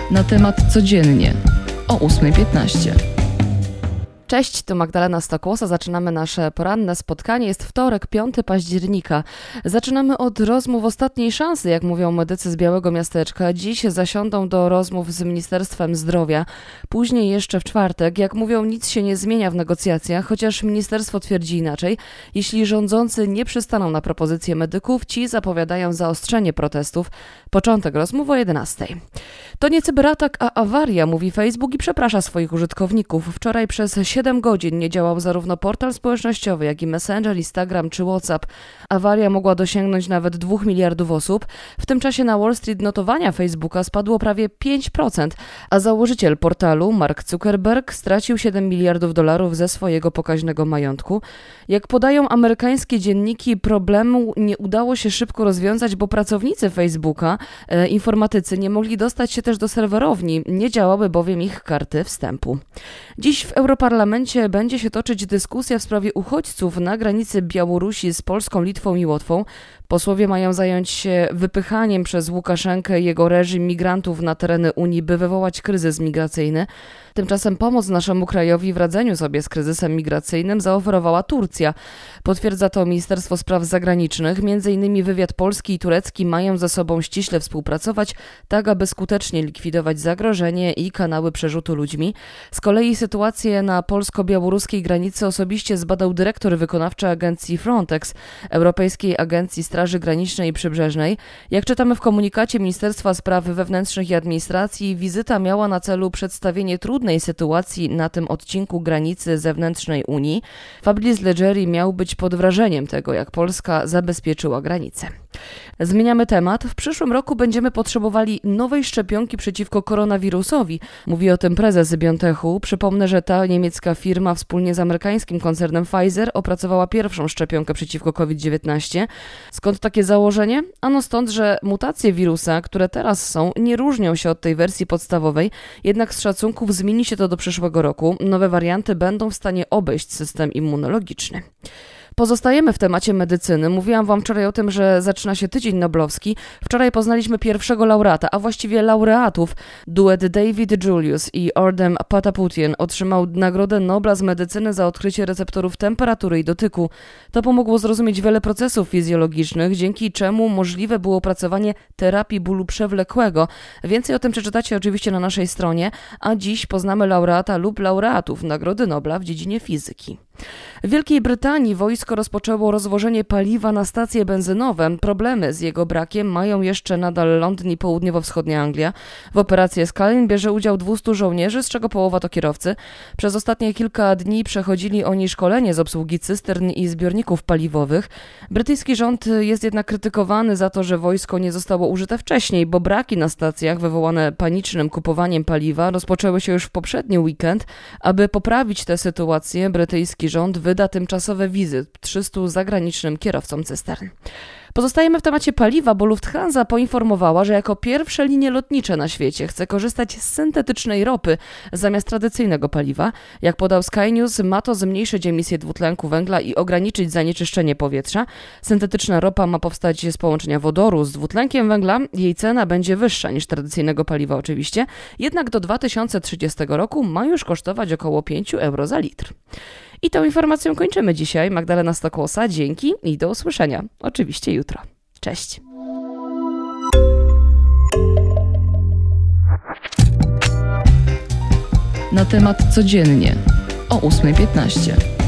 Na temat codziennie o 8:15. Cześć, tu Magdalena Stokłosa. Zaczynamy nasze poranne spotkanie. Jest wtorek, 5 października. Zaczynamy od rozmów ostatniej szansy, jak mówią medycy z Białego Miasteczka. Dziś zasiądą do rozmów z Ministerstwem Zdrowia. Później jeszcze w czwartek, jak mówią, nic się nie zmienia w negocjacjach, chociaż ministerstwo twierdzi inaczej. Jeśli rządzący nie przystaną na propozycje medyków, ci zapowiadają zaostrzenie protestów. Początek rozmów o 11:00. To nie cyberatak, a awaria, mówi Facebook i przeprasza swoich użytkowników. Wczoraj przez 7 godzin nie działał zarówno portal społecznościowy, jak i Messenger, Instagram czy WhatsApp. Awaria mogła dosięgnąć nawet 2 miliardów osób. W tym czasie na Wall Street notowania Facebooka spadło prawie 5%, a założyciel portalu, Mark Zuckerberg, stracił 7 miliardów dolarów ze swojego pokaźnego majątku. Jak podają amerykańskie dzienniki, problemu nie udało się szybko rozwiązać, bo pracownicy Facebooka, informatycy, nie mogli dostać się też do serwerowni, nie działały bowiem ich karty wstępu. Dziś w Europarlamencie będzie się toczyć dyskusja w sprawie uchodźców na granicy Białorusi z Polską, Litwą i Łotwą. Posłowie mają zająć się wypychaniem przez Łukaszenkę i jego reżim migrantów na tereny Unii, by wywołać kryzys migracyjny. Tymczasem pomoc naszemu krajowi w radzeniu sobie z kryzysem migracyjnym zaoferowała Turcja. Potwierdza to Ministerstwo Spraw Zagranicznych. M.in. wywiad polski i turecki mają ze sobą ściśle współpracować, tak aby skutecznie likwidować zagrożenie i kanały przerzutu ludźmi. Z kolei sytuację na polsko-białoruskiej granicy osobiście zbadał dyrektor wykonawczy agencji Frontex, Europejskiej Agencji Straży Granicznej i Przybrzeżnej. Jak czytamy w komunikacie Ministerstwa Spraw Wewnętrznych i Administracji, wizyta miała na celu przedstawienie trudnej sytuacji na tym odcinku granicy zewnętrznej Unii. Fabrice Leggeri miał być pod wrażeniem tego, jak Polska zabezpieczyła granicę. Zmieniamy temat. W przyszłym roku będziemy potrzebowali nowej szczepionki przeciwko koronawirusowi. Mówi o tym prezes BioNTechu. Przypomnę, że ta niemiecka firma wspólnie z amerykańskim koncernem Pfizer opracowała pierwszą szczepionkę przeciwko COVID-19. Skąd takie założenie? Ano stąd, że mutacje wirusa, które teraz są, nie różnią się od tej wersji podstawowej, jednak z szacunków zmieni się to do przyszłego roku. Nowe warianty będą w stanie obejść system immunologiczny. Pozostajemy w temacie medycyny. Mówiłam wam wczoraj o tym, że zaczyna się Tydzień Noblowski. Wczoraj poznaliśmy pierwszego laureata, a właściwie laureatów. Duet David Julius i Ardem Pataputian otrzymał Nagrodę Nobla z medycyny za odkrycie receptorów temperatury i dotyku. To pomogło zrozumieć wiele procesów fizjologicznych, dzięki czemu możliwe było opracowanie terapii bólu przewlekłego. Więcej o tym przeczytacie oczywiście na naszej stronie, a dziś poznamy laureata lub laureatów Nagrody Nobla w dziedzinie fizyki. W Wielkiej Brytanii wojsko rozpoczęło rozwożenie paliwa na stacje benzynowe. Problemy z jego brakiem mają jeszcze nadal Londyn i południowo-wschodnia Anglia. W operacji Escalin bierze udział 200 żołnierzy, z czego połowa to kierowcy. Przez ostatnie kilka dni przechodzili oni szkolenie z obsługi cystern i zbiorników paliwowych. Brytyjski rząd jest jednak krytykowany za to, że wojsko nie zostało użyte wcześniej, bo braki na stacjach wywołane panicznym kupowaniem paliwa rozpoczęły się już w poprzedni weekend. Aby poprawić tę sytuację, brytyjski rząd wyda tymczasowe wizy 300 zagranicznym kierowcom cystern. Pozostajemy w temacie paliwa, bo Lufthansa poinformowała, że jako pierwsze linie lotnicze na świecie chce korzystać z syntetycznej ropy zamiast tradycyjnego paliwa. Jak podał Sky News, ma to zmniejszyć emisję dwutlenku węgla i ograniczyć zanieczyszczenie powietrza. Syntetyczna ropa ma powstać z połączenia wodoru z dwutlenkiem węgla. Jej cena będzie wyższa niż tradycyjnego paliwa oczywiście, jednak do 2030 roku ma już kosztować około 5 euro za litr. I tą informacją kończymy dzisiaj. Magdalena Stokłosa, dzięki i do usłyszenia. Oczywiście jutro. Cześć. Na temat codziennie o 8:15.